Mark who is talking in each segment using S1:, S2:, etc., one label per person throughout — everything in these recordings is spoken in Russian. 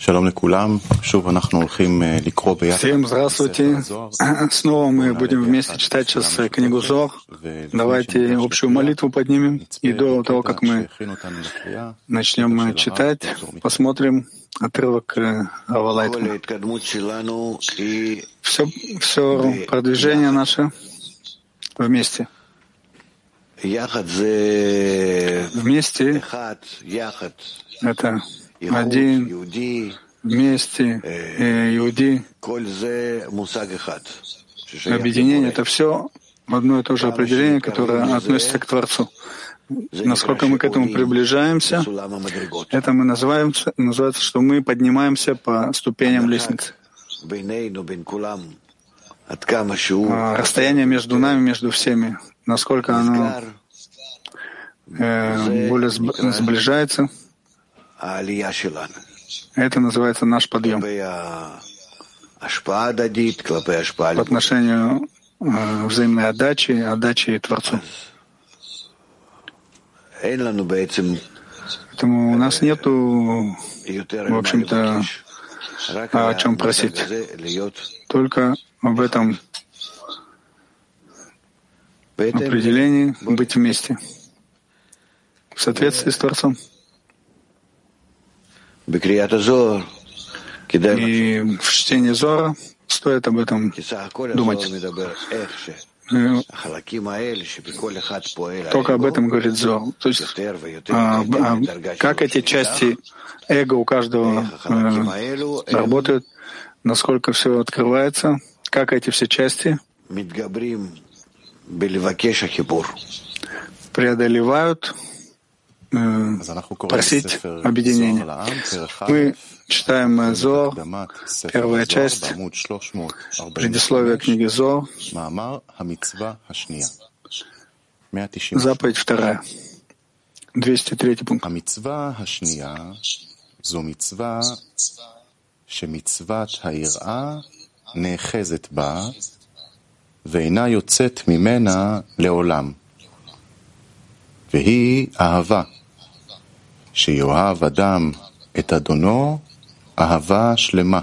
S1: Всем здравствуйте. Снова мы будем вместе читать сейчас книгу Зоар. Давайте общую молитву поднимем. И до того, как мы начнем читать, посмотрим отрывок Рава Лайтмана. Все продвижение наше вместе. Вместе — это один, вместе, иуди. Объединение — это все одно и то же определение, которое относится к Творцу. Насколько мы к этому приближаемся, это мы называется, что мы поднимаемся по ступеням лестницы. Расстояние между нами, между всеми, насколько оно более сближается, это называется наш подъем. По отношению взаимной отдачи Творцу. Поэтому у нас нету, в общем-то, о чем просить. Только об этом определении быть вместе. В соответствии с Творцом. И в чтении Зора стоит об этом думать. Только об этом говорит Зор. То есть, как эти части эго у каждого работают, насколько все открывается, как эти все части преодолевают просить объединения. Мы читаем Зоар, первая часть, предисловие книги Зоар, заповедь вторая, 203 пункт.
S2: ואינה יוצאת ממנה לעולם. והיא אהבה, שיאהב אדם את אדונו אהבה שלמה.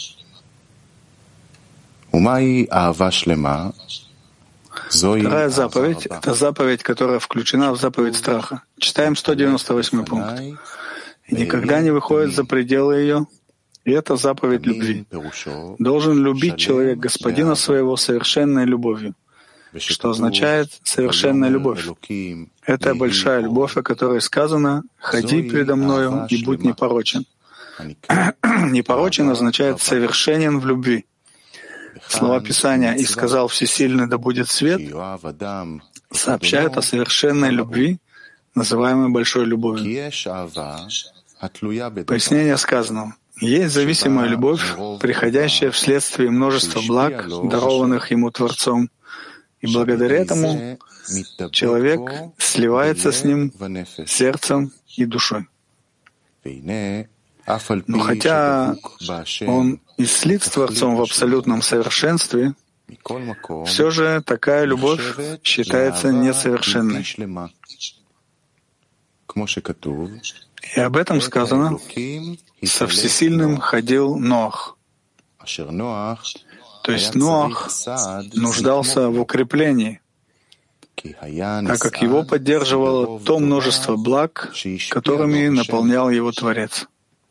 S2: ומהי אהבה שלמה?
S1: Вторая заповедь — это заповедь, которая включена в заповедь страха. Читаем 198 пункт. И никогда не выходит за пределы ее. И это заповедь любви. Должен любить человек господина своего совершенной любовью. Что означает совершенная любовь? Это большая любовь, о которой сказано: «Ходи передо мною и будь непорочен». Непорочен означает совершенен в любви. Слова Писания «И сказал Всесильный, да будет свет» сообщают о совершенной любви, называемой большой любовью. Пояснение сказанного. Есть зависимая любовь, приходящая вследствие множества благ, дарованных ему Творцом, и благодаря этому человек сливается с ним сердцем и душой. Но хотя он и слит с Творцом в абсолютном совершенстве, все же такая любовь считается несовершенной. И об этом сказано: «Со Всесильным ходил Ноах». То есть Ноах нуждался в укреплении, так как его поддерживало то множество благ, которыми наполнял его Творец.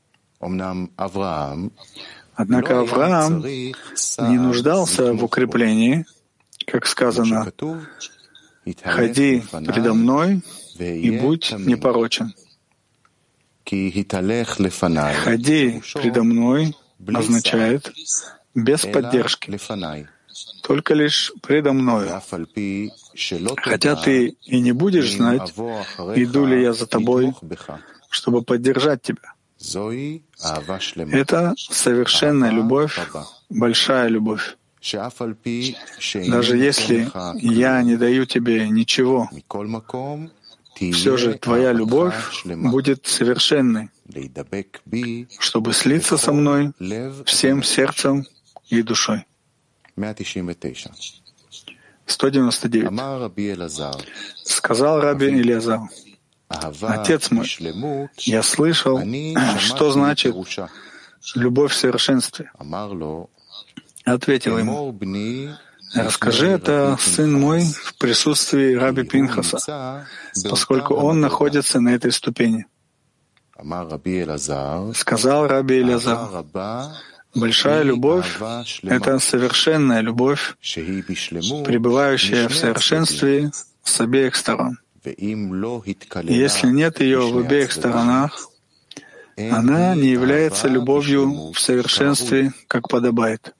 S1: Однако Авраам не нуждался в укреплении, как сказано: «Ходи предо мной и будь непорочен». «Ходи предо мной» означает без поддержки, только лишь предо мною. Хотя ты и не будешь знать, иду ли я за тобой, чтобы поддержать тебя. Это совершенная любовь, большая любовь. Даже если я не даю тебе ничего, все же твоя любовь будет совершенной, чтобы слиться со мной всем сердцем и душой. 199. Сказал Раби Элиазар: «Отец мой, я слышал, что значит любовь в совершенстве. Ответил ему: «Расскажи это, сын мой, в присутствии Раби Пинхаса, поскольку он находится на этой ступени». Сказал Раби Элиазар: большая любовь — это совершенная любовь, пребывающая в совершенстве с обеих сторон. И если нет ее в обеих сторонах, она не является любовью в совершенстве, как подобает.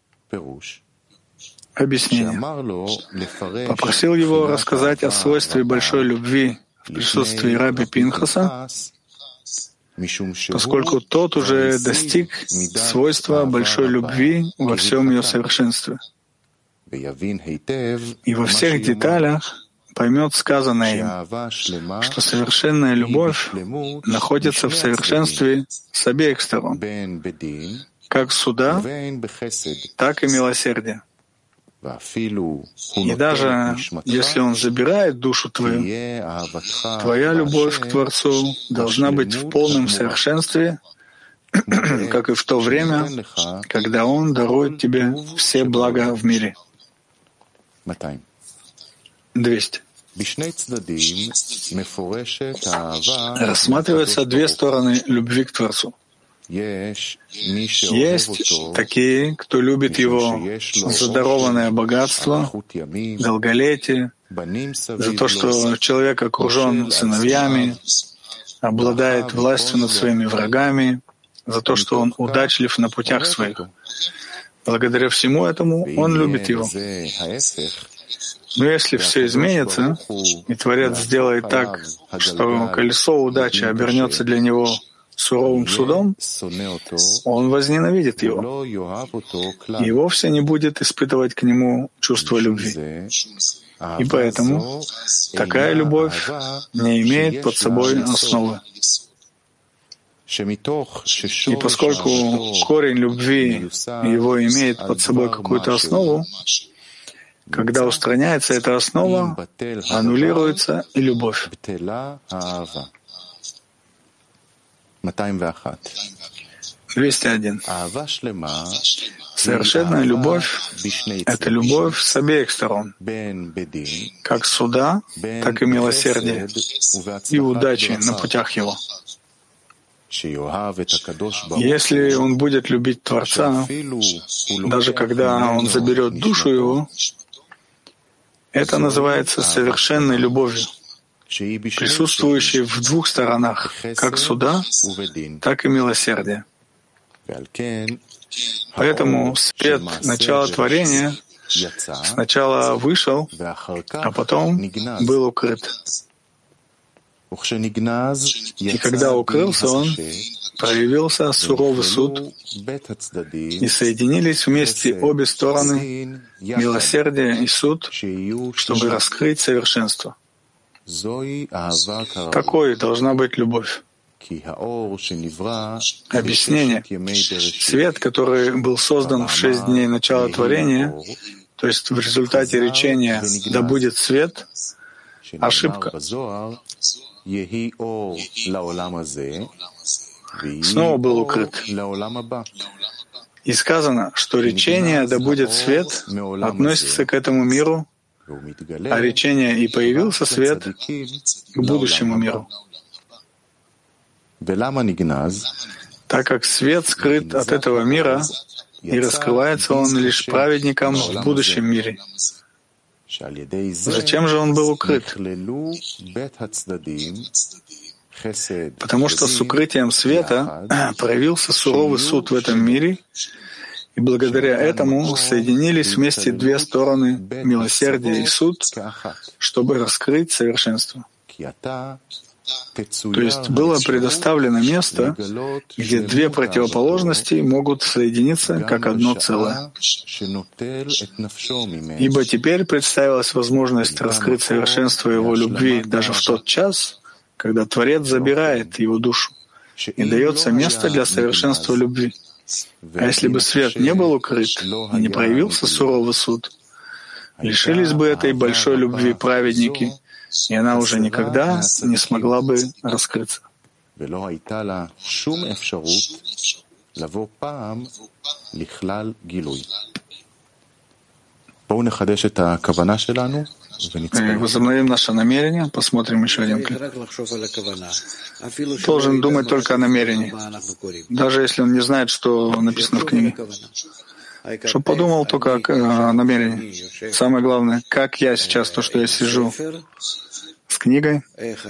S1: Объяснение. Попросил его рассказать о свойстве большой любви в присутствии Раби Пинхаса, поскольку тот уже достиг свойства большой любви во всем ее совершенстве. И во всех деталях поймет сказанное им, что совершенная любовь находится в совершенстве с обеих сторон, как суда, так и милосердия. И даже если Он забирает душу твою, твоя любовь к Творцу должна быть в полном совершенстве, как и в то время, когда Он дарует тебе все блага в мире. 200. Рассматриваются две стороны любви к Творцу. Есть такие, кто любит Его за дарованное богатство, долголетие, за то, что человек окружен сыновьями, обладает властью над своими врагами, за то, что он удачлив на путях своих. Благодаря всему этому он любит Его. Но если все изменится, и Творец сделает так, что колесо удачи обернется для него суровым судом, он возненавидит его и вовсе не будет испытывать к нему чувство любви. И поэтому такая любовь не имеет под собой основы. И поскольку корень любви его имеет под собой какую-то основу, когда устраняется эта основа, аннулируется и любовь. 201. Совершенная любовь — это любовь с обеих сторон, как суда, так и милосердия и удачи на путях его. Если он будет любить Творца, даже когда он заберет душу его, это называется совершенной любовью, присутствующей в двух сторонах, как суда, так и милосердия. Поэтому свет начала творения сначала вышел, а потом был укрыт. И когда укрылся он, проявился суровый суд, и соединились вместе обе стороны, милосердие и суд, чтобы раскрыть совершенство. Такой должна быть любовь. Объяснение. Свет, который был создан в 6 дней начала творения, то есть в результате речения «да будет свет», ошибка. Снова был укрыт. И сказано, что речение «да будет свет» относится к этому миру, а речение «и появился свет» к будущему миру. Так как свет скрыт от этого мира, и раскрывается он лишь праведникам в будущем мире. Зачем же он был укрыт? Потому что с укрытием света проявился суровый суд в этом мире, и благодаря этому соединились вместе две стороны, милосердие и суд, чтобы раскрыть совершенство. То есть было предоставлено место, где две противоположности могут соединиться как одно целое. Ибо теперь представилась возможность раскрыть совершенство его любви даже в тот час, когда Творец забирает его душу, и дается место для совершенства любви. А если бы свет не был укрыт и не проявился суровый суд, лишились бы этой большой любви праведники, и она уже никогда не смогла бы раскрыться.
S2: לבוא פעם לכלל גילוי. בואו נחדש את הכוונה שלנו ונצטרך.
S1: Возобновим наше намерение, посмотрим еще один клип. Должен думать только о намерении, даже если он не знает, что написано в книге. Чтобы подумал только о намерении. Самое главное, как я сейчас, то, что я сижу с книгой,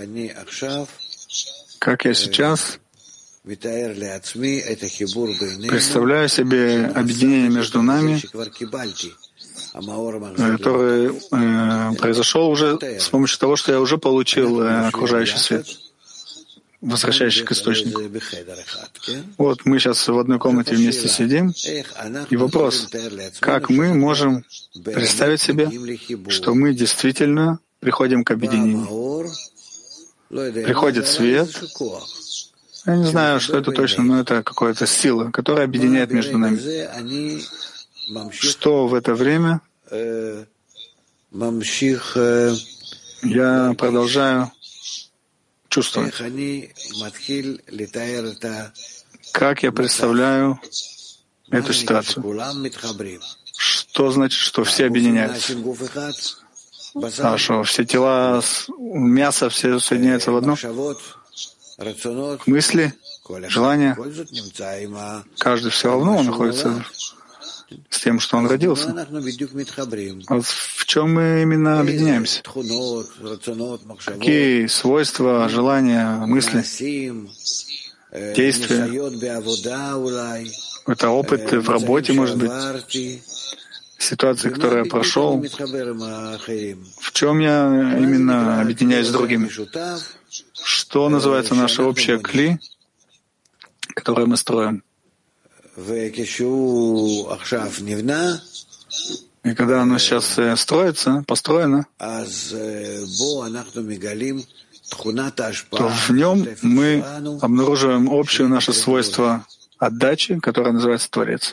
S1: как я сейчас представляю себе объединение между нами, который произошел уже с помощью того, что я уже получил окружающий свет, возвращающий к источнику. Вот мы сейчас в одной комнате вместе сидим, и вопрос, как мы можем представить себе, что мы действительно приходим к объединению. Приходит свет, я не знаю, что это точно, но это какая-то сила, которая объединяет между нами. Что в это время я продолжаю чувствовать. Как я представляю эту ситуацию? Что значит, что все объединяются? Хорошо, все тела, мясо, все соединяются в одно? Мысли, желания. Каждый все равно он находится с тем, что он родился. А в чем мы именно объединяемся? Какие свойства, желания, мысли, действия? Это опыт в работе, может быть, ситуации, которую я прошел. В чем я именно объединяюсь с другими? Что называется наше общее кли, которое мы строим? И когда оно сейчас строится, построено, то в нем мы обнаруживаем общее наше свойство отдачи, которое называется Творец.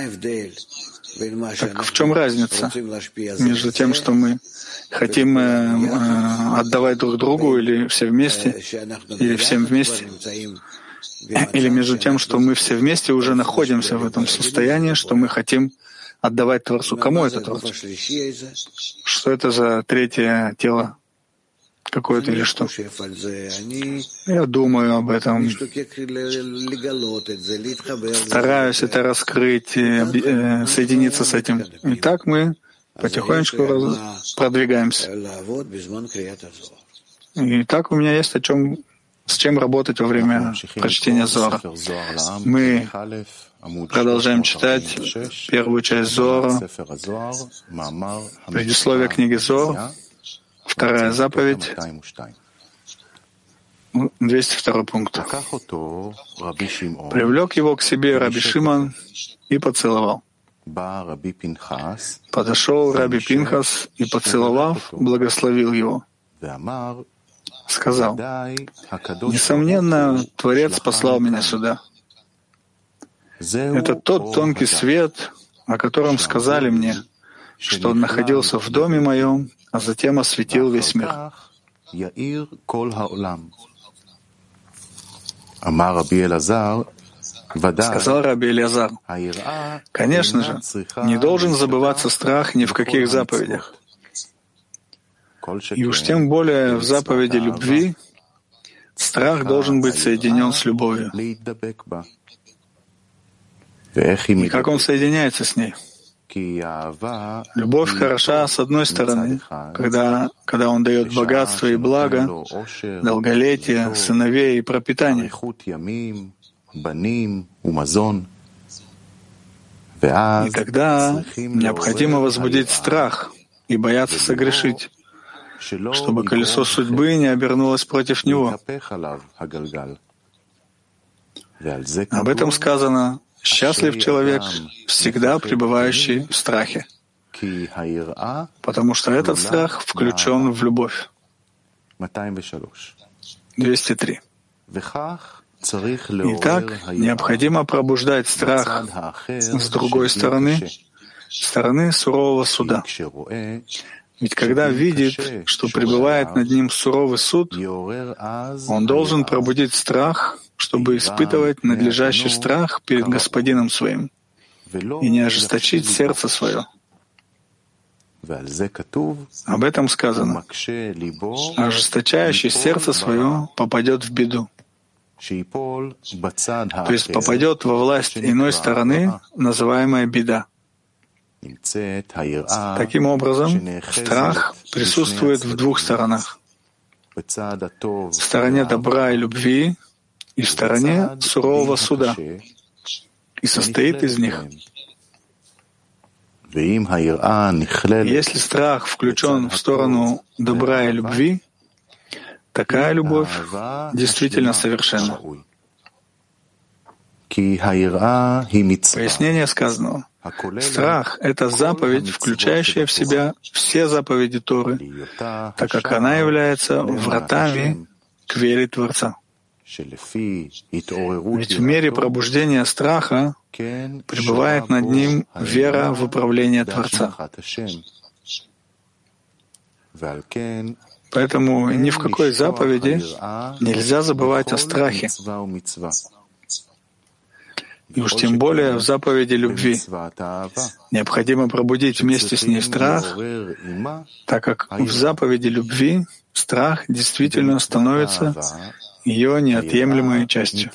S1: Так в чем разница между тем, что мы хотим отдавать друг другу или все вместе, или всем вместе, или между тем, что мы все вместе уже находимся в этом состоянии, что мы хотим отдавать Творцу? Кому это Творцу? Что это за третье тело какое-то или что? Я думаю об этом, стараюсь это раскрыть, соединиться с этим. И так мы потихонечку продвигаемся. И так у меня есть с чем работать во время прочтения Зоара. Мы продолжаем читать первую часть Зоара, предисловие книги Зоар, вторая заповедь, 202 пункт. Привлек его к себе Раби Шимон и поцеловал. Подошел Раби Пинхас и, поцеловав, благословил его. Сказал: «Несомненно, Творец послал меня сюда. Это тот тонкий свет, о котором сказали мне, что он находился в доме моем, а затем осветил весь мир». Сказал Раби Элиазар: «Конечно же, не должен забываться страх ни в каких заповедях. И уж тем более в заповеди любви страх должен быть соединен с любовью». И как он соединяется с ней? Любовь хороша, с одной стороны, когда он дает богатство и благо, долголетие, сыновей и пропитание. И тогда необходимо возбудить страх и бояться согрешить, чтобы колесо судьбы не обернулось против него. Об этом сказано: «Счастлив человек, всегда пребывающий в страхе», потому что этот страх включен в любовь. 203. Итак, необходимо пробуждать страх с другой стороны, стороны сурового суда. Ведь когда видит, что пребывает над ним суровый суд, он должен пробудить страх чтобы испытывать надлежащий страх перед Господином своим и не ожесточить сердце свое. Об этом сказано: ожесточающий сердце свое попадет в беду, то есть попадет во власть иной стороны, называемая беда. Таким образом, страх присутствует в двух сторонах: в стороне добра и любви и в стороне сурового суда, и состоит из них. Если страх включен в сторону добра и любви, такая любовь действительно совершенна. Пояснение сказанного. Страх — это заповедь, включающая в себя все заповеди Торы, так как она является вратами к вере Творца. Ведь в мере пробуждения страха пребывает над ним вера в управление Творца. Поэтому ни в какой заповеди нельзя забывать о страхе, и уж тем более в заповеди любви. Необходимо пробудить вместе с ней страх, так как в заповеди любви страх действительно становится ее неотъемлемой частью.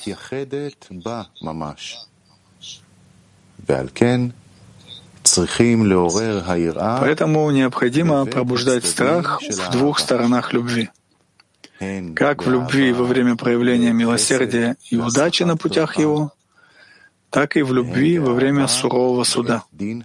S1: Поэтому необходимо пробуждать страх в двух сторонах любви. Как в любви во время проявления милосердия и удачи на путях его, так и в любви во время сурового суда.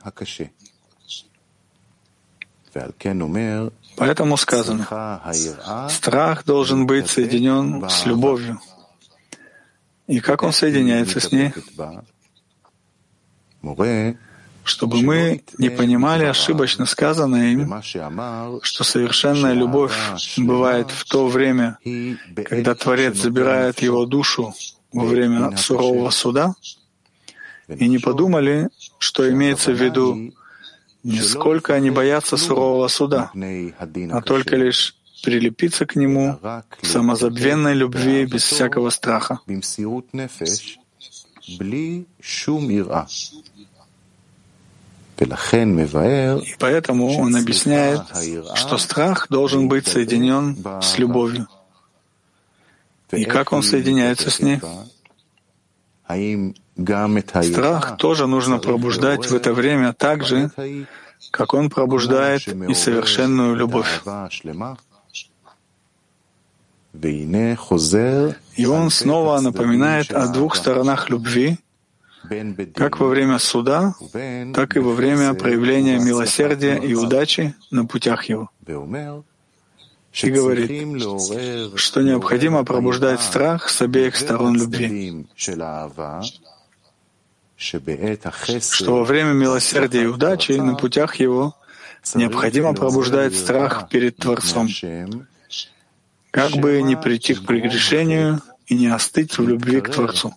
S1: Поэтому сказано: страх должен быть соединен с любовью. И как он соединяется с ней? Чтобы мы не понимали ошибочно сказанное им, что совершенная любовь бывает в то время, когда Творец забирает его душу во время сурового суда, и не подумали, что имеется в виду не сколько они боятся сурового суда, а только лишь прилепиться к нему в самозабвенной любви без всякого страха. И поэтому он объясняет, что страх должен быть соединен с любовью. И как он соединяется с ней? Страх тоже нужно пробуждать в это время так же, как он пробуждает и совершенную любовь. И он снова напоминает о двух сторонах любви, как во время суда, так и во время проявления милосердия и удачи на путях его. И говорит, что необходимо пробуждать страх с обеих сторон любви, что во время милосердия и удачи на путях его необходимо пробуждать страх перед Творцом, как бы не прийти к прегрешению и не остыть в любви к Творцу.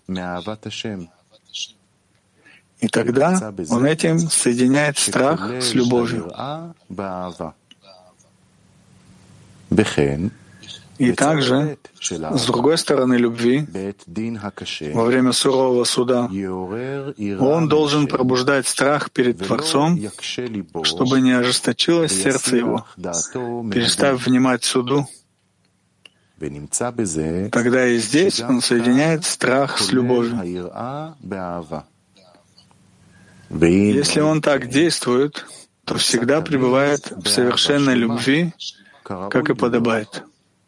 S1: И тогда он этим соединяет страх с любовью. И также, с другой стороны любви, во время сурового суда, он должен пробуждать страх перед Творцом, чтобы не ожесточилось сердце его, перестав внимать суду. Тогда и здесь он соединяет страх с любовью. Если он так действует, то всегда пребывает в совершенной любви, как и подобает.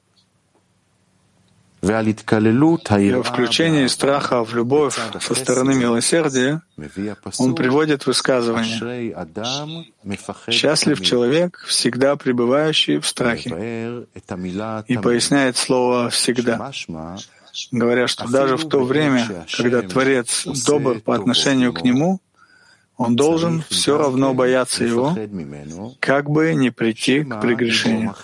S1: И о включении страха в любовь со стороны милосердия он приводит высказывание: «Счастлив человек, всегда пребывающий в страхе», и поясняет слово «всегда», говоря, что даже в то время, когда Творец добр по отношению к нему, он должен все равно бояться его, как бы не прийти к прегрешению.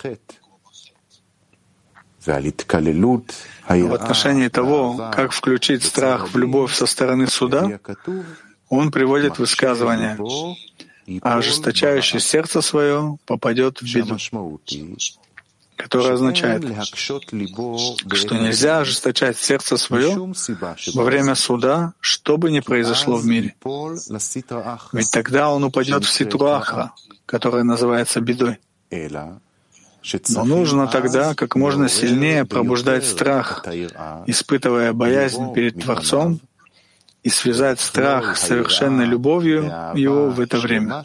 S1: В отношении того, как включить страх в любовь со стороны суда, он приводит высказывание: «А ожесточающий сердце свое попадет в беду». которое означает, что нельзя ожесточать сердце свое во время суда, что бы ни произошло в мире. Ведь тогда он упадет в ситру ахра, которая называется бедой. Но нужно тогда как можно сильнее пробуждать страх, испытывая боязнь перед Творцом, и связать страх с совершенной любовью его в это время.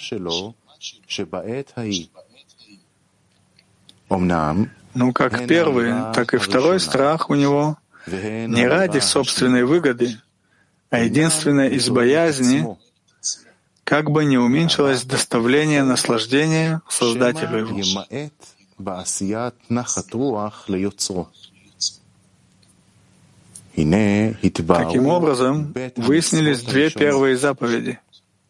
S1: Ну, как первый, так и второй страх у него не ради собственной выгоды, а единственно из боязни, как бы не уменьшилось доставление наслаждения Создателю его. Таким образом, выяснились две первые заповеди.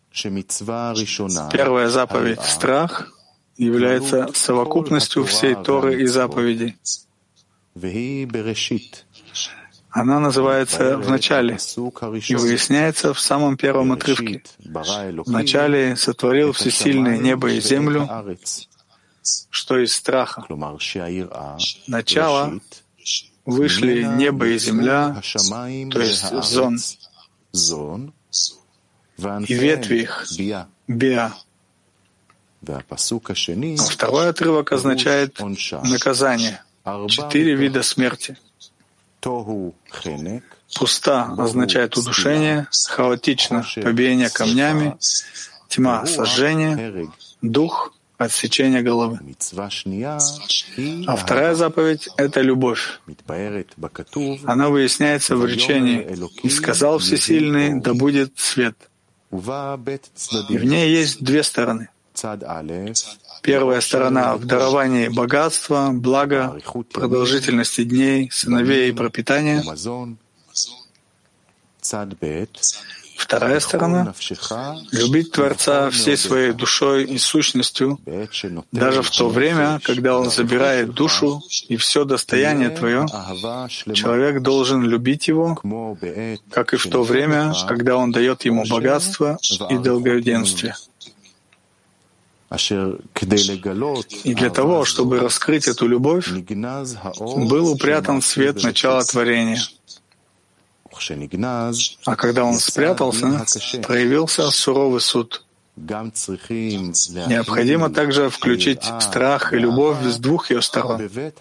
S1: Первая заповедь — страх — является совокупностью всей Торы и заповедей. Она называется «в начале» и выясняется в самом первом отрывке. «Вначале сотворил всесильное небо и землю», что из страха. Начало вышли небо и земля, то есть зон, и ветви их, биа. Второй отрывок означает наказание. 4 вида смерти. Пуста означает удушение, хаотично — побиение камнями, тьма — сожжение, дух — отсечение головы. А вторая заповедь — это любовь. Она выясняется в речении «И сказал Всесильный, да будет свет». И в ней есть две стороны. Первая сторона в даровании богатства, блага, продолжительности дней, сыновей и пропитания. Вторая сторона — любить Творца всей своей душой и сущностью, даже в то время, когда Он забирает душу и все достояние твое, человек должен любить Его, как и в то время, когда Он дает ему богатство и долгоденствие. И для того, чтобы раскрыть эту любовь, был упрятан свет начала творения. А когда он спрятался, проявился суровый суд. Необходимо также включить страх и любовь с двух ее сторон.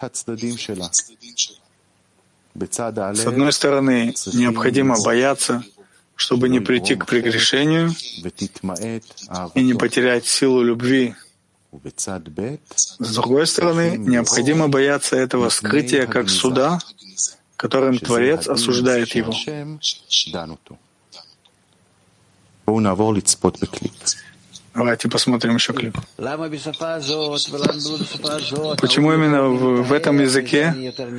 S1: С одной стороны, необходимо бояться, чтобы не прийти к прегрешению и не потерять силу любви. С другой стороны, необходимо бояться этого скрытия как суда, которым Творец осуждает его. Давайте посмотрим еще клип. Почему именно в этом языке?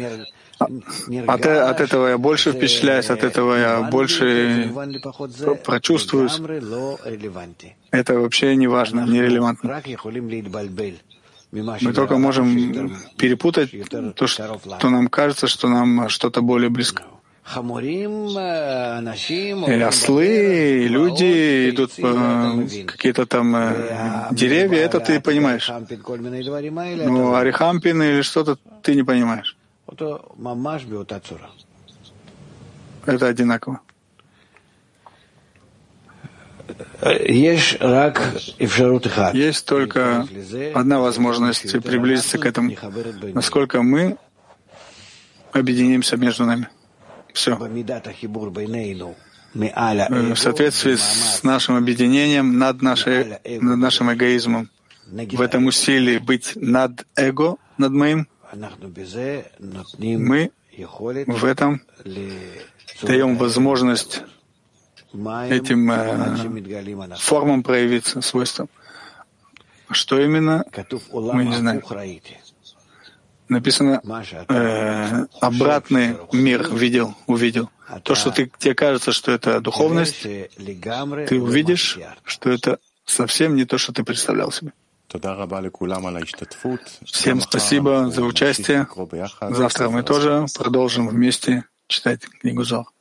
S1: От этого я больше впечатляюсь, от этого я больше прочувствуюсь. Это вообще не важно, нерелевантно. Мы только можем перепутать то, что нам кажется, что нам что-то более близко. И ослы, и люди идут какие-то там деревья, это ты понимаешь. Но арихампин или что-то ты не понимаешь. Это одинаково. Есть только одна возможность приблизиться к этому, насколько мы объединимся между нами. Все. В соответствии с нашим объединением над нашим эгоизмом, в этом усилии быть над эго, над моим, мы в этом даем возможность этим формам проявиться, свойствам. Что именно, мы не знаем. Написано, обратный мир увидел. То, что тебе кажется, что это духовность, ты увидишь, что это совсем не то, что ты представлял себе. Всем спасибо за участие. Завтра мы тоже продолжим вместе читать книгу Зоар.